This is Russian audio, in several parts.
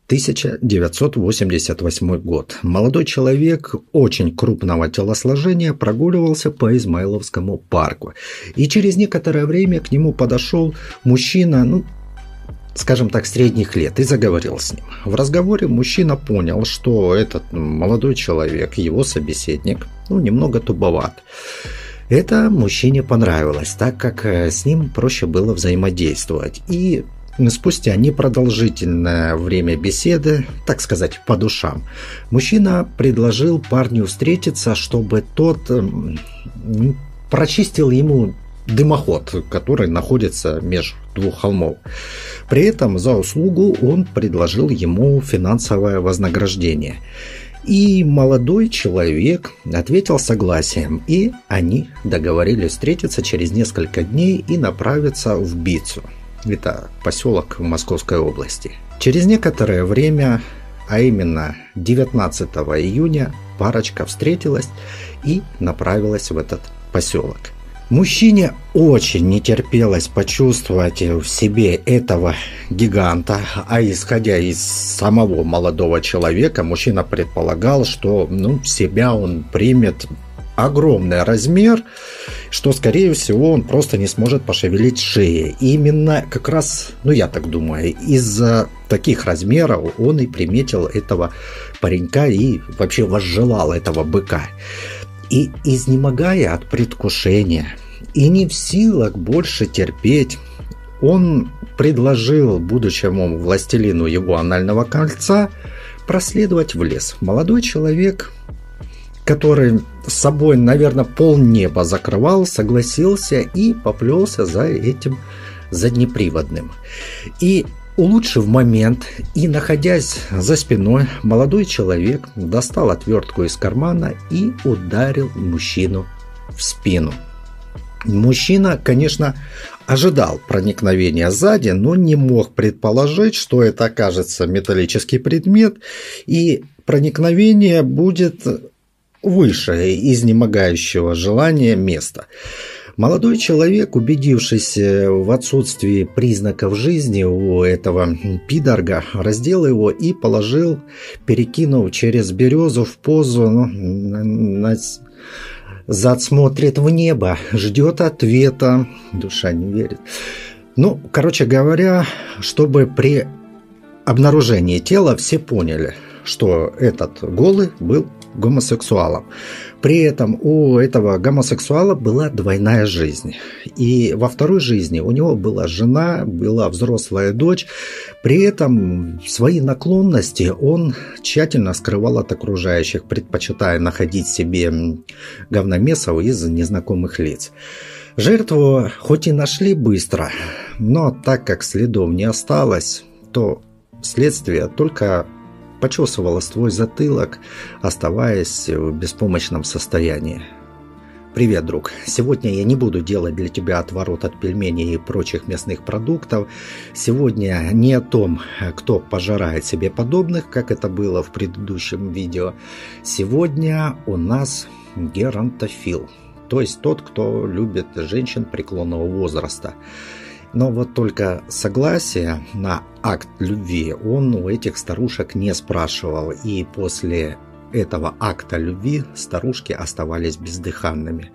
1988 год. Молодой человек очень крупного телосложения прогуливался по Измайловскому парку. И через некоторое время к нему подошел мужчина, скажем так, средних лет, и заговорил с ним. В разговоре мужчина понял, что этот молодой человек, его собеседник, немного туповат. Это мужчине понравилось, так как с ним проще было взаимодействовать. И спустя непродолжительное время беседы, так сказать, по душам, мужчина предложил парню встретиться, чтобы тот прочистил ему дымоход, который находится между двух холмов. При этом за услугу он предложил ему финансовое вознаграждение. И молодой человек ответил согласием, и они договорились встретиться через несколько дней и направиться в Бицу. Это поселок в Московской области. Через некоторое время, а именно 19 июня, парочка встретилась и направилась в этот поселок. Мужчине очень не терпелось почувствовать в себе этого гиганта, а исходя из самого молодого человека, мужчина предполагал, что в себя он примет огромный размер, что, скорее всего, он просто не сможет пошевелить шеей. И именно как раз, я так думаю, из-за таких размеров он и приметил этого паренька и вообще возжелал этого быка. И, изнемогая от предвкушения и не в силах больше терпеть, он предложил будущему властелину его анального кольца проследовать в лес. Молодой человек, который с собой, наверное, полнеба закрывал, согласился и поплелся за этим заднеприводным. И, улучшив момент и находясь за спиной, молодой человек достал отвертку из кармана и ударил мужчину в спину. Мужчина, конечно, ожидал проникновения сзади, но не мог предположить, что это окажется металлический предмет, и проникновение будет выше изнемогающего желания места. Молодой человек, убедившись в отсутствии признаков жизни у этого пидорга, раздел его и положил, перекинув через березу в позу, зад смотрит в небо, ждет ответа, душа не верит. Короче говоря, чтобы при обнаружении тела все поняли, что этот голый был гомосексуалом. При этом у этого гомосексуала была двойная жизнь. И во второй жизни у него была жена, была взрослая дочь. При этом свои наклонности он тщательно скрывал от окружающих, предпочитая находить себе говномесов из незнакомых лиц. Жертву хоть и нашли быстро, но так как следов не осталось, то следствие только почесывала свой затылок, оставаясь в беспомощном состоянии. Привет, друг. Сегодня я не буду делать для тебя отворот от пельменей и прочих мясных продуктов. Сегодня не о том, кто пожирает себе подобных, как это было в предыдущем видео. Сегодня у нас геронтофил, то есть тот, кто любит женщин преклонного возраста. Но вот только согласия на акт любви он у этих старушек не спрашивал. И после этого акта любви старушки оставались бездыханными.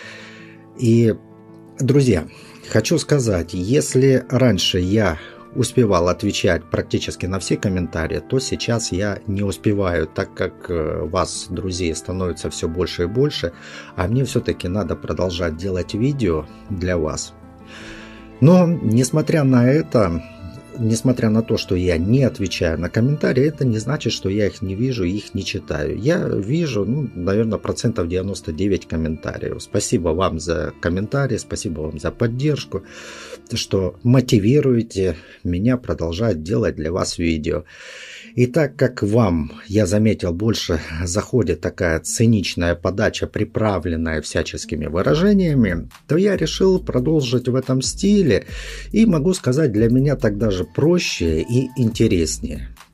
И, друзья, хочу сказать, если раньше я успевал отвечать практически на все комментарии, то сейчас я не успеваю, так как вас, друзей, становится все больше и больше, а мне все-таки надо продолжать делать видео для вас. Но, несмотря на это, несмотря на то, что я не отвечаю на комментарии, это не значит, что я их не вижу и их не читаю. Я вижу, наверное, 99% комментариев. Спасибо вам за комментарии, спасибо вам за поддержку, что мотивируете меня продолжать делать для вас видео. И так как вам, я заметил, больше заходит такая циничная подача, приправленная всяческими выражениями, то я решил продолжить в этом стиле. И могу сказать, для меня так даже проще и интереснее.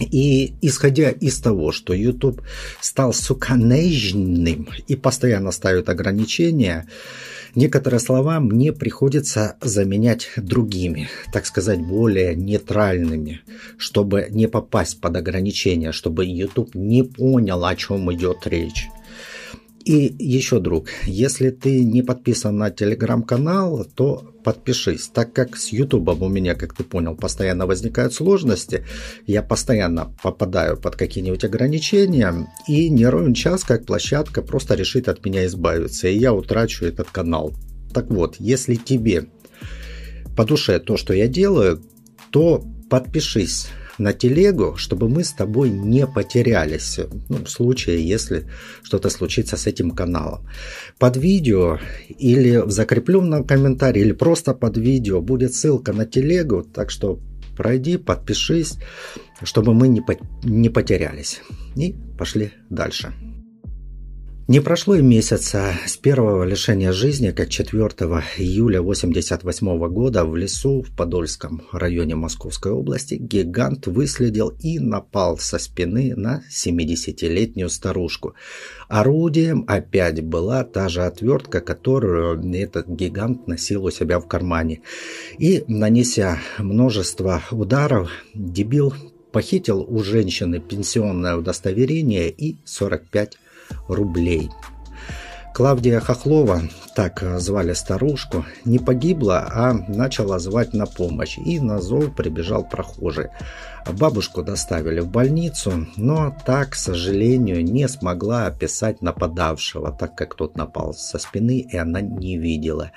И исходя из того, что YouTube стал суканежным и постоянно ставит ограничения, некоторые слова мне приходится заменять другими, так сказать, более нейтральными, чтобы не попасть под ограничения, чтобы YouTube не понял, о чем идет речь. И еще, друг, если ты не подписан на телеграм-канал, то подпишись, так как с ютубом у меня, как ты понял, постоянно возникают сложности, я постоянно попадаю под какие-нибудь ограничения, и не ровен час, как площадка просто решит от меня избавиться, и я утрачу этот канал. Так вот, если тебе по душе то, что я делаю, то подпишись на телегу, чтобы мы с тобой не потерялись, в случае, если что-то случится с этим каналом. Под видео или в закрепленном комментарии, или просто под видео будет ссылка на телегу, так что пройди, подпишись, чтобы мы не потерялись. И пошли дальше. Не прошло и месяца с первого лишения жизни, как 4 июля 1988 года в лесу в Подольском районе Московской области гигант выследил и напал со спины на 70-летнюю старушку. Орудием опять была та же отвертка, которую этот гигант носил у себя в кармане. И, нанеся множество ударов, дебил похитил у женщины пенсионное удостоверение и 45 рублей. Клавдия Хохлова, так звали старушку, не погибла, а начала звать на помощь, и на зов прибежал прохожий. Бабушку доставили в больницу, но та, к сожалению, не смогла описать нападавшего, так как тот напал со спины, и она не видела.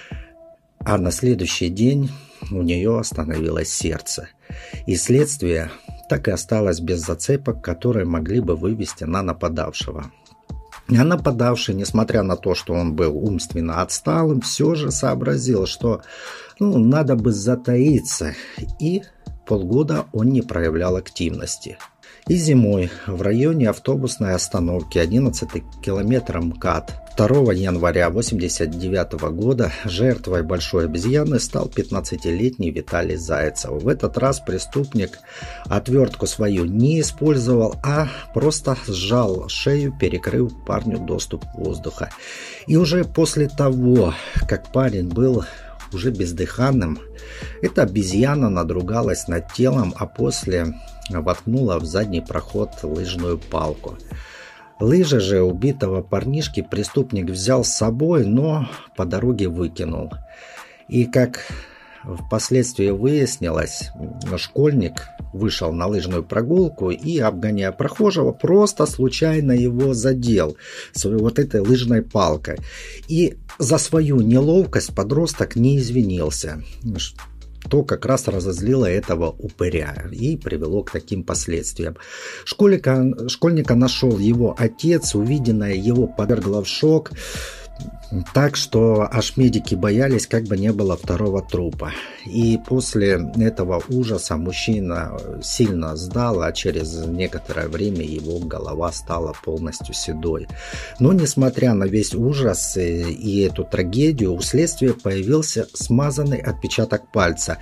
А на следующий день у нее остановилось сердце, и следствие так и осталось без зацепок, которые могли бы вывести на нападавшего. А нападавший, несмотря на то, что он был умственно отсталым, все же сообразил, что надо бы затаиться, и полгода он не проявлял активности. И зимой в районе автобусной остановки 11 километр МКАД 2 января 1989 года жертвой большой обезьяны стал 15-летний Виталий Зайцев. В этот раз преступник отвертку свою не использовал, а просто сжал шею, перекрыв парню доступ воздуха. И уже после того, как парень был уже бездыханным, эта обезьяна надругалась над телом, а после воткнула в задний проход лыжную палку. Лыжи же убитого парнишки преступник взял с собой, но по дороге выкинул. И как впоследствии выяснилось, школьник вышел на лыжную прогулку и, обгоняя прохожего, просто случайно его задел своей вот этой лыжной палкой. И за свою неловкость подросток не извинился, что как раз разозлило этого упыря и привело к таким последствиям. Школьника нашел его отец, увиденное его повергло в шок, так что аж медики боялись, как бы не было второго трупа. И после этого ужаса мужчина сильно сдал, а через некоторое время его голова стала полностью седой. Но несмотря на весь ужас и эту трагедию, у следствия появился смазанный отпечаток пальца.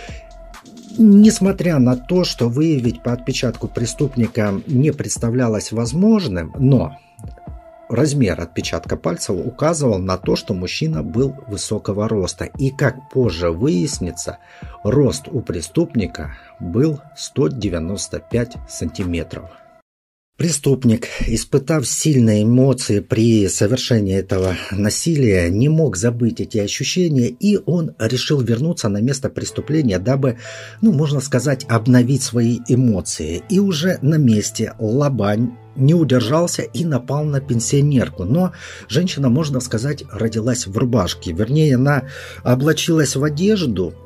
Несмотря на то, что выявить по отпечатку преступника не представлялось возможным, но размер отпечатка пальцев указывал на то, что мужчина был высокого роста. И, как позже выяснится, рост у преступника был 195 сантиметров. Преступник, испытав сильные эмоции при совершении этого насилия, не мог забыть эти ощущения, и он решил вернуться на место преступления, дабы, можно сказать, обновить свои эмоции. И уже на месте лобань не удержался и напал на пенсионерку. Но женщина, можно сказать, родилась в рубашке. Вернее, она облачилась в одежду,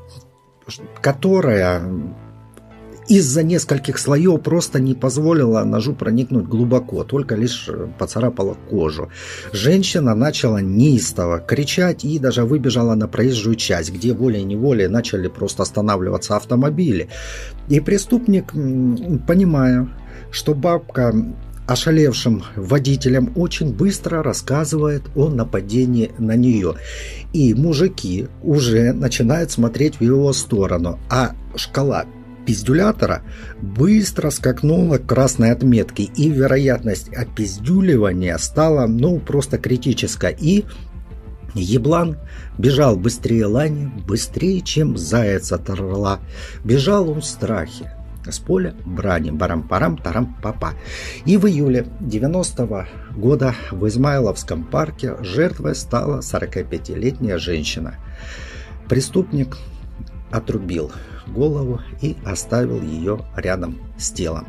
которая из-за нескольких слоев просто не позволила ножу проникнуть глубоко, только лишь поцарапала кожу. Женщина начала неистово кричать и даже выбежала на проезжую часть, где волей-неволей начали просто останавливаться автомобили. И преступник, понимая, что бабка ошалевшим водителям очень быстро рассказывает о нападении на нее. И мужики уже начинают смотреть в его сторону, а шкала пиздюлятора быстро скакнула к красной отметке, и вероятность опиздюливания стала, просто критической. И еблан бежал быстрее лани, быстрее, чем заяц от орла. Бежал он в страхе. С поля брани барам-парам-тарам-папа. И в июле 90-го года в Измайловском парке жертвой стала 45-летняя женщина. Преступник отрубил голову и оставил ее рядом с телом.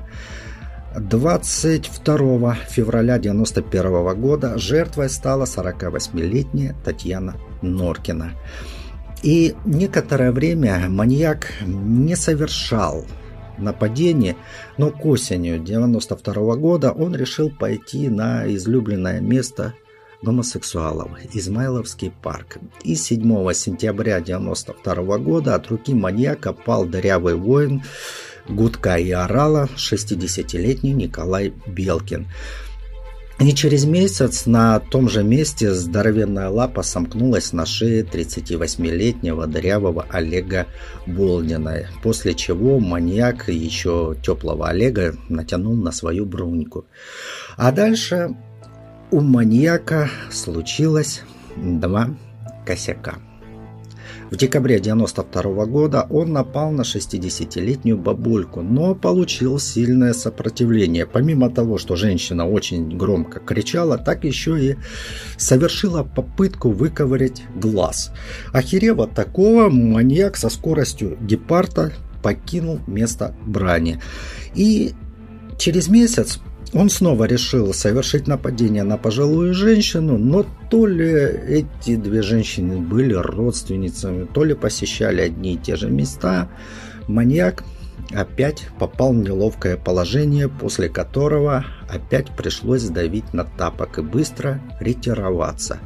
22 февраля 1991 года жертвой стала 48-летняя Татьяна Норкина. И некоторое время маньяк не совершал нападение, но к осени 1992 года он решил пойти на излюбленное место гомосексуалов – Измайловский парк. И 7 сентября 1992 года от руки маньяка пал дырявый воин гудка и орала 60-летний Николай Белкин. И через месяц на том же месте здоровенная лапа сомкнулась на шее 38-летнего дырявого Олега Болдина, после чего маньяк еще теплого Олега натянул на свою бруньку. А дальше у маньяка случилось 2 косяка. В декабре 1992 года он напал на 60-летнюю бабульку, но получил сильное сопротивление. Помимо того, что женщина очень громко кричала, так еще и совершила попытку выковырять глаз. Охерев от такого, маньяк со скоростью гепарда покинул место брани. И через месяц он снова решил совершить нападение на пожилую женщину, но то ли эти 2 женщины были родственницами, то ли посещали одни и те же места, маньяк опять попал в неловкое положение, после которого опять пришлось давить на тапок и быстро ретироваться.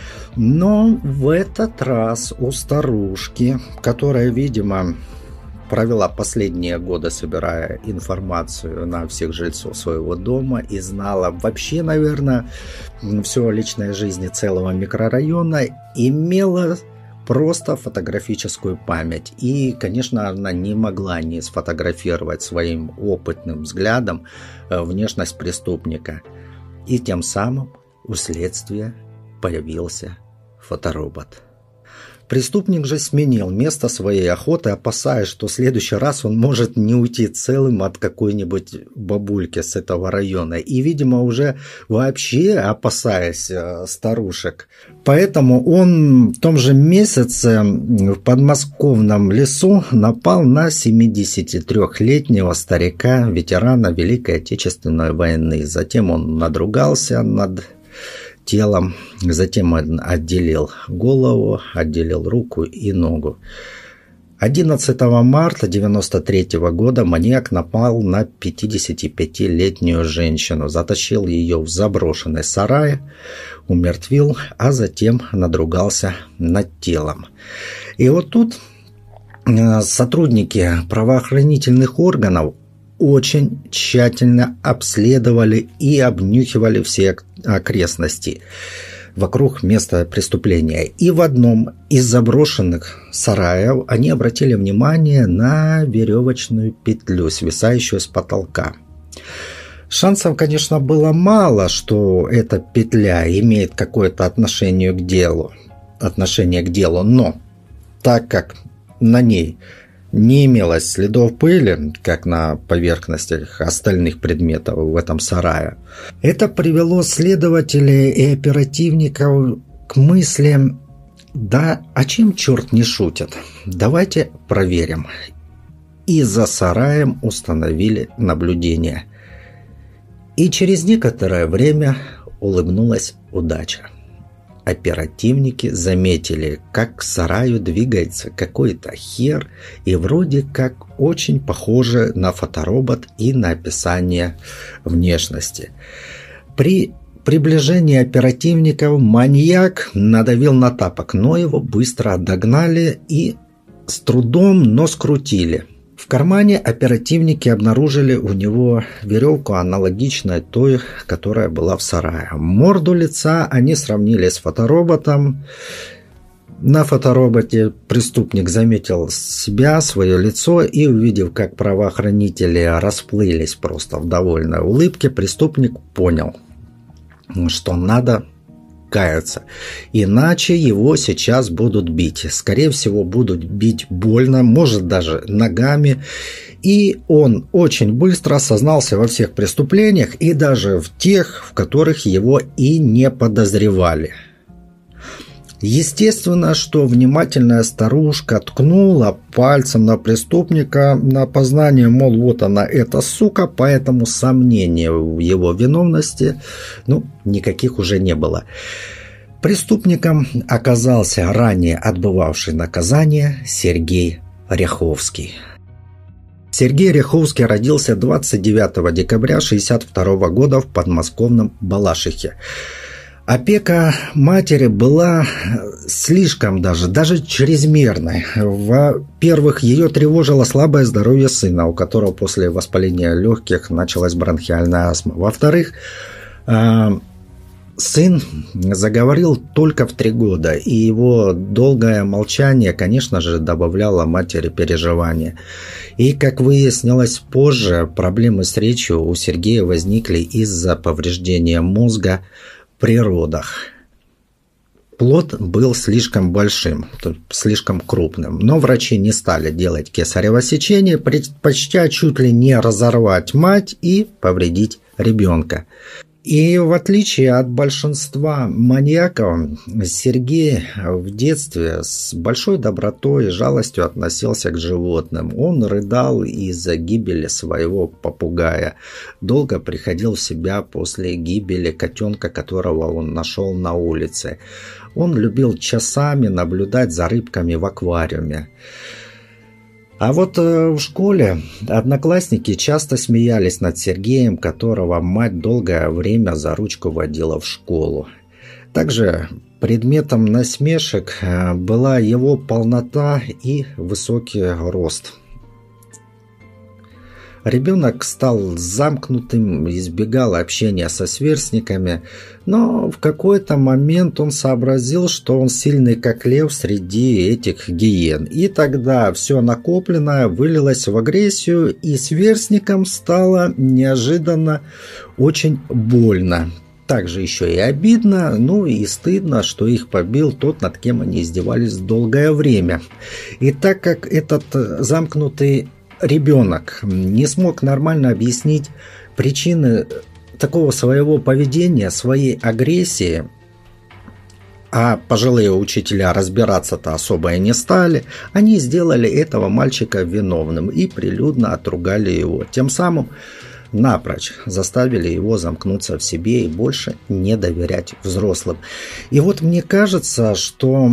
Но в этот раз у старушки, которая, видимо, провела последние годы, собирая информацию на всех жильцов своего дома и знала вообще, наверное, все о личной жизни целого микрорайона, имела просто фотографическую память. И, конечно, она не могла не сфотографировать своим опытным взглядом внешность преступника. И тем самым у следствия появился фоторобот. Преступник же сменил место своей охоты, опасаясь, что в следующий раз он может не уйти целым от какой-нибудь бабульки с этого района. И, видимо, уже вообще опасаясь старушек. Поэтому он в том же месяце в подмосковном лесу напал на 73-летнего старика, ветерана Великой Отечественной войны. Затем он надругался над телом, затем он отделил голову, отделил руку и ногу. 11 марта 1993 года маньяк напал на 55-летнюю женщину, затащил ее в заброшенный сарай, умертвил, а затем надругался над телом. И вот тут сотрудники правоохранительных органов очень тщательно обследовали и обнюхивали все окрестности вокруг места преступления. И в одном из заброшенных сараев они обратили внимание на веревочную петлю, свисающую с потолка. Шансов, конечно, было мало, что эта петля имеет какое-то отношение к делу, но так как на ней не имелось следов пыли, как на поверхностях остальных предметов в этом сарае, это привело следователей и оперативников к мысли: да, а чем черт не шутит? Давайте проверим. И за сараем установили наблюдение. И через некоторое время улыбнулась удача. Оперативники заметили, как к сараю двигается какой-то хер, и вроде как очень похоже на фоторобот и на описание внешности. При приближении оперативников маньяк надавил на тапок, но его быстро догнали и с трудом, но скрутили. В кармане оперативники обнаружили у него веревку, аналогичную той, которая была в сарае. Морду лица они сравнили с фотороботом. На фотороботе преступник заметил себя, свое лицо, и, увидев, как правоохранители расплылись просто в довольной улыбке, преступник понял, что надо каяться. Иначе его сейчас будут бить. Скорее всего, будут бить больно, может даже ногами. И он очень быстро осознался во всех преступлениях, и даже в тех, в которых его и не подозревали. Естественно, что внимательная старушка ткнула пальцем на преступника на опознание, мол, вот она, эта сука, поэтому сомнений в его виновности, никаких уже не было. Преступником оказался ранее отбывавший наказание Сергей Ряховский. Сергей Ряховский родился 29 декабря 1962 года в подмосковном Балашихе. Опека матери была слишком даже чрезмерной. Во-первых, ее тревожило слабое здоровье сына, у которого после воспаления легких началась бронхиальная астма. Во-вторых, сын заговорил только в 3 года, и его долгое молчание, конечно же, добавляло матери переживания. И, как выяснилось позже, проблемы с речью у Сергея возникли из-за повреждения мозга при родах. Плод был слишком большим, слишком крупным, но врачи не стали делать кесарево сечение, предпочтя чуть ли не разорвать мать и повредить ребенка. И в отличие от большинства маньяков, Сергей в детстве с большой добротой и жалостью относился к животным. Он рыдал из-за гибели своего попугая. Долго приходил в себя после гибели котенка, которого он нашел на улице. Он любил часами наблюдать за рыбками в аквариуме. А вот в школе одноклассники часто смеялись над Сергеем, которого мать долгое время за ручку водила в школу. Также предметом насмешек была его полнота и высокий рост. Ребенок стал замкнутым, избегал общения со сверстниками, но в какой-то момент он сообразил, что он сильный как лев среди этих гиен. И тогда все накопленное вылилось в агрессию, и сверстникам стало неожиданно очень больно. Также еще и обидно, и стыдно, что их побил тот, над кем они издевались долгое время. И так как этот замкнутый ребенок не смог нормально объяснить причины такого своего поведения, своей агрессии, а пожилые учителя разбираться-то особо и не стали, они сделали этого мальчика виновным и прилюдно отругали его. Тем самым напрочь заставили его замкнуться в себе и больше не доверять взрослым. И вот мне кажется, что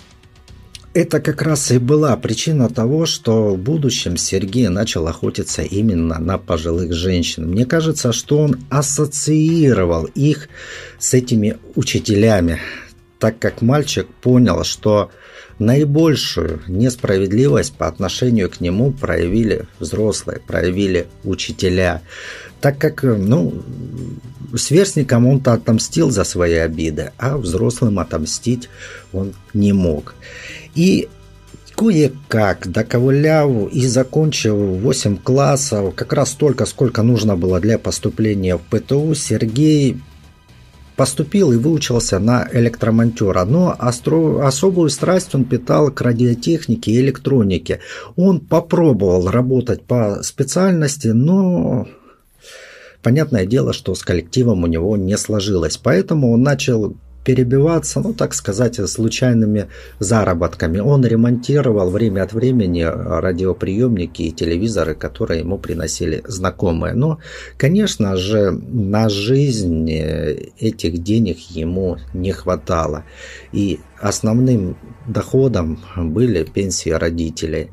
это как раз и была причина того, что в будущем Сергей начал охотиться именно на пожилых женщин. Мне кажется, что он ассоциировал их с этими учителями, так как мальчик понял, что наибольшую несправедливость по отношению к нему проявили взрослые, проявили учителя. Так как, сверстникам он-то отомстил за свои обиды, а взрослым отомстить он не мог. И кое-как, доковыляв и закончив 8 классов, как раз столько, сколько нужно было для поступления в ПТУ, Сергей поступил и выучился на электромонтера, но особую страсть он питал к радиотехнике и электронике. Он попробовал работать по специальности, но понятное дело, что с коллективом у него не сложилось, поэтому он начал перебиваться, так сказать, случайными заработками. Он ремонтировал время от времени радиоприемники и телевизоры, которые ему приносили знакомые. Но, конечно же, на жизнь этих денег ему не хватало. И основным доходом были пенсии родителей.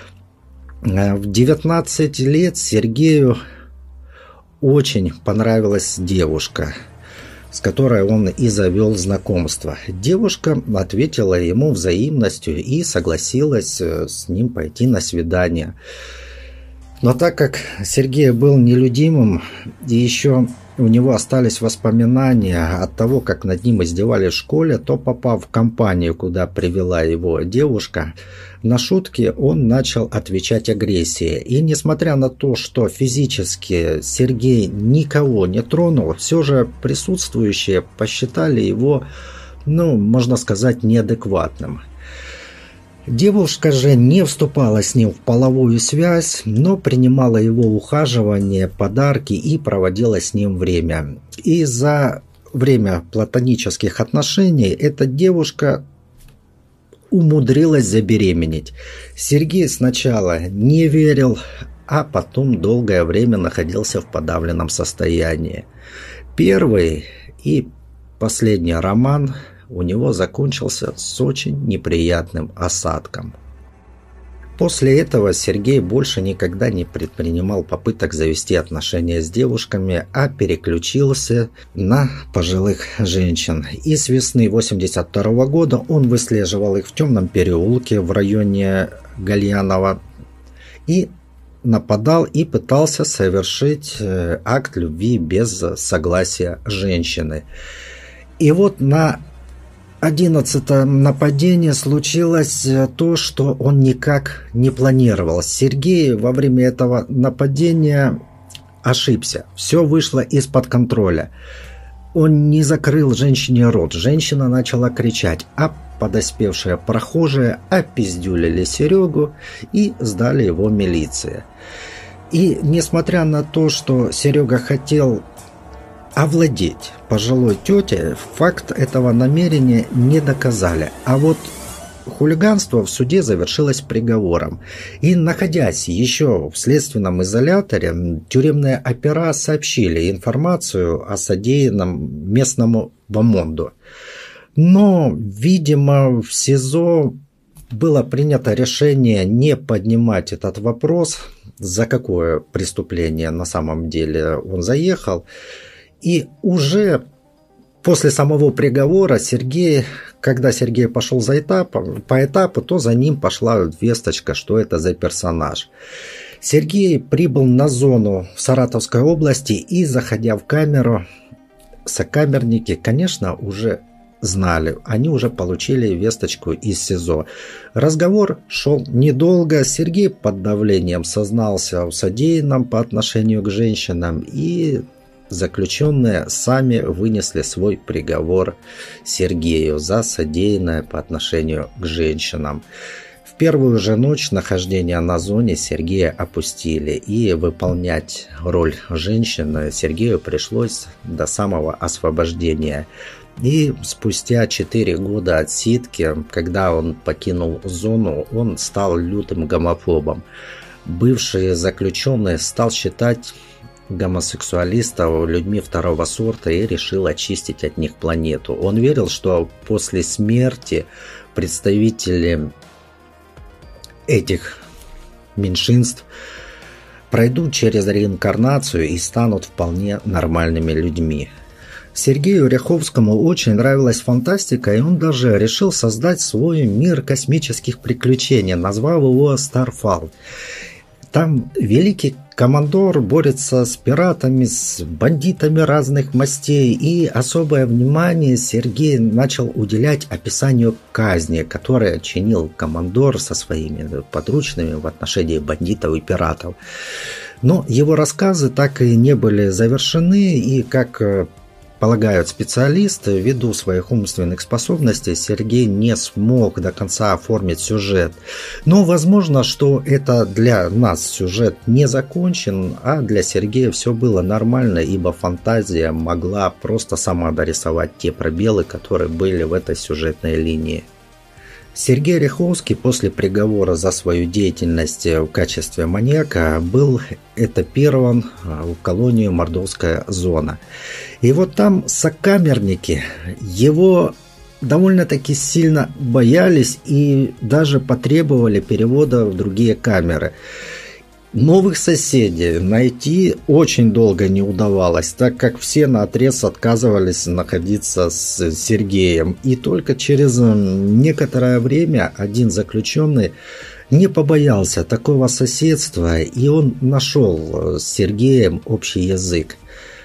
В 19 лет Сергею очень понравилась девушка, с которой он и завел знакомство. Девушка ответила ему взаимностью и согласилась с ним пойти на свидание. Но так как Сергей был нелюдимым и еще у него остались воспоминания от того, как над ним издевались в школе, то, попав в компанию, куда привела его девушка, на шутки он начал отвечать агрессией. И несмотря на то, что физически Сергей никого не тронул, все же присутствующие посчитали его, можно сказать, неадекватным. Девушка же не вступала с ним в половую связь, но принимала его ухаживание, подарки и проводила с ним время. И за время платонических отношений эта девушка умудрилась забеременеть. Сергей сначала не верил, а потом долгое время находился в подавленном состоянии. Первый и последний роман у него закончился с очень неприятным осадком. После этого Сергей больше никогда не предпринимал попыток завести отношения с девушками, а переключился на пожилых женщин. И с весны 1982 года он выслеживал их в темном переулке в районе Гальянова и нападал и пытался совершить акт любви без согласия женщины. И вот на 11-м нападении случилось то, что он никак не планировал. Сергей во время этого нападения ошибся. Все вышло из-под контроля. Он не закрыл женщине рот. Женщина начала кричать, а подоспевшие прохожие опиздюлили Серегу и сдали его милиции. И несмотря на то, что Серега хотел овладеть пожилой тетей, факт этого намерения не доказали. А вот хулиганство в суде завершилось приговором. И, находясь еще в следственном изоляторе, тюремные опера сообщили информацию о содеянном местному бомонду. Но, видимо, в СИЗО было принято решение не поднимать этот вопрос, за какое преступление на самом деле он заехал. И уже после самого приговора когда Сергей пошел по этапу, то за ним пошла весточка, что это за персонаж. Сергей прибыл на зону в Саратовской области и, заходя в камеру, сокамерники, конечно, уже знали. Они уже получили весточку из СИЗО. Разговор шел недолго. Сергей под давлением сознался в содеянном по отношению к женщинам, и заключенные сами вынесли свой приговор Сергею за содеянное по отношению к женщинам. В первую же ночь нахождения на зоне Сергея опустили, и выполнять роль женщины Сергею пришлось до самого освобождения. И спустя 4 года отсидки, когда он покинул зону, он стал лютым гомофобом. Бывший заключенный стал считать гомосексуалистов людьми второго сорта и решил очистить от них планету. Он верил, что после смерти представители этих меньшинств пройдут через реинкарнацию и станут вполне нормальными людьми. Сергею Ряховскому очень нравилась фантастика, и он даже решил создать свой мир космических приключений, назвав его Starfall. Там великий командор борется с пиратами, с бандитами разных мастей, и особое внимание Сергей начал уделять описанию казни, которое чинил командор со своими подручными в отношении бандитов и пиратов. Но его рассказы так и не были завершены, и, как полагают специалисты, ввиду своих умственных способностей Сергей не смог до конца оформить сюжет. Но возможно, что это для нас сюжет не закончен, а для Сергея все было нормально, ибо фантазия могла просто сама дорисовать те пробелы, которые были в этой сюжетной линии. Сергей Ряховский после приговора за свою деятельность в качестве маньяка был этапирован в колонию Мордовская зона. И вот там сокамерники его довольно-таки сильно боялись и даже потребовали перевода в другие камеры. Новых соседей найти очень долго не удавалось, так как все наотрез отказывались находиться с Сергеем. И только через некоторое время один заключенный не побоялся такого соседства, и он нашел с Сергеем общий язык.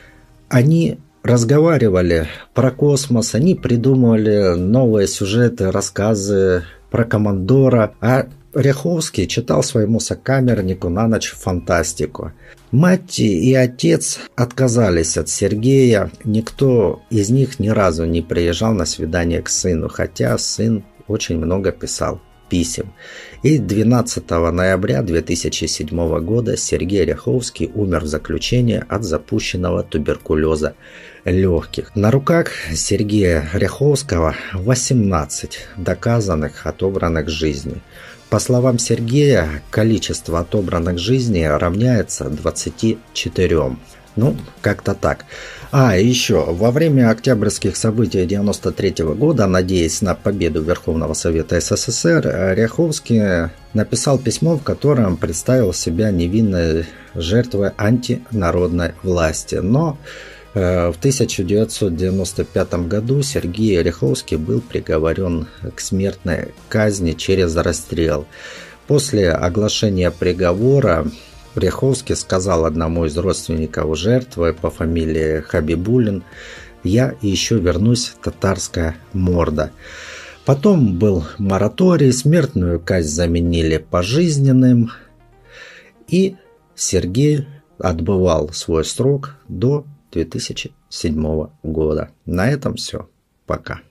Они разговаривали про космос, они придумывали новые сюжеты, рассказы про командора, а Ряховский читал своему сокамернику на ночь фантастику. Мать и отец отказались от Сергея, никто из них ни разу не приезжал на свидание к сыну, хотя сын очень много писал писем. И 12 ноября 2007 года Сергей Ряховский умер в заключении от запущенного туберкулеза легких. На руках Сергея Ряховского 18 доказанных отобранных жизней. По словам Сергея, количество отобранных жизней равняется 24. Ну, как-то так. А еще, во время октябрьских событий 1993 года, надеясь на победу Верховного Совета СССР, Ряховский написал письмо, в котором представил себя невинной жертвой антинародной власти. Но в 1995 году Сергей Ряховский был приговорен к смертной казни через расстрел. После оглашения приговора Ряховский сказал одному из родственников жертвы по фамилии Хабибулин: «Я еще вернусь, татарская морда». Потом был мораторий, смертную казнь заменили пожизненным, и Сергей отбывал свой срок до 2007 года. На этом все. Пока.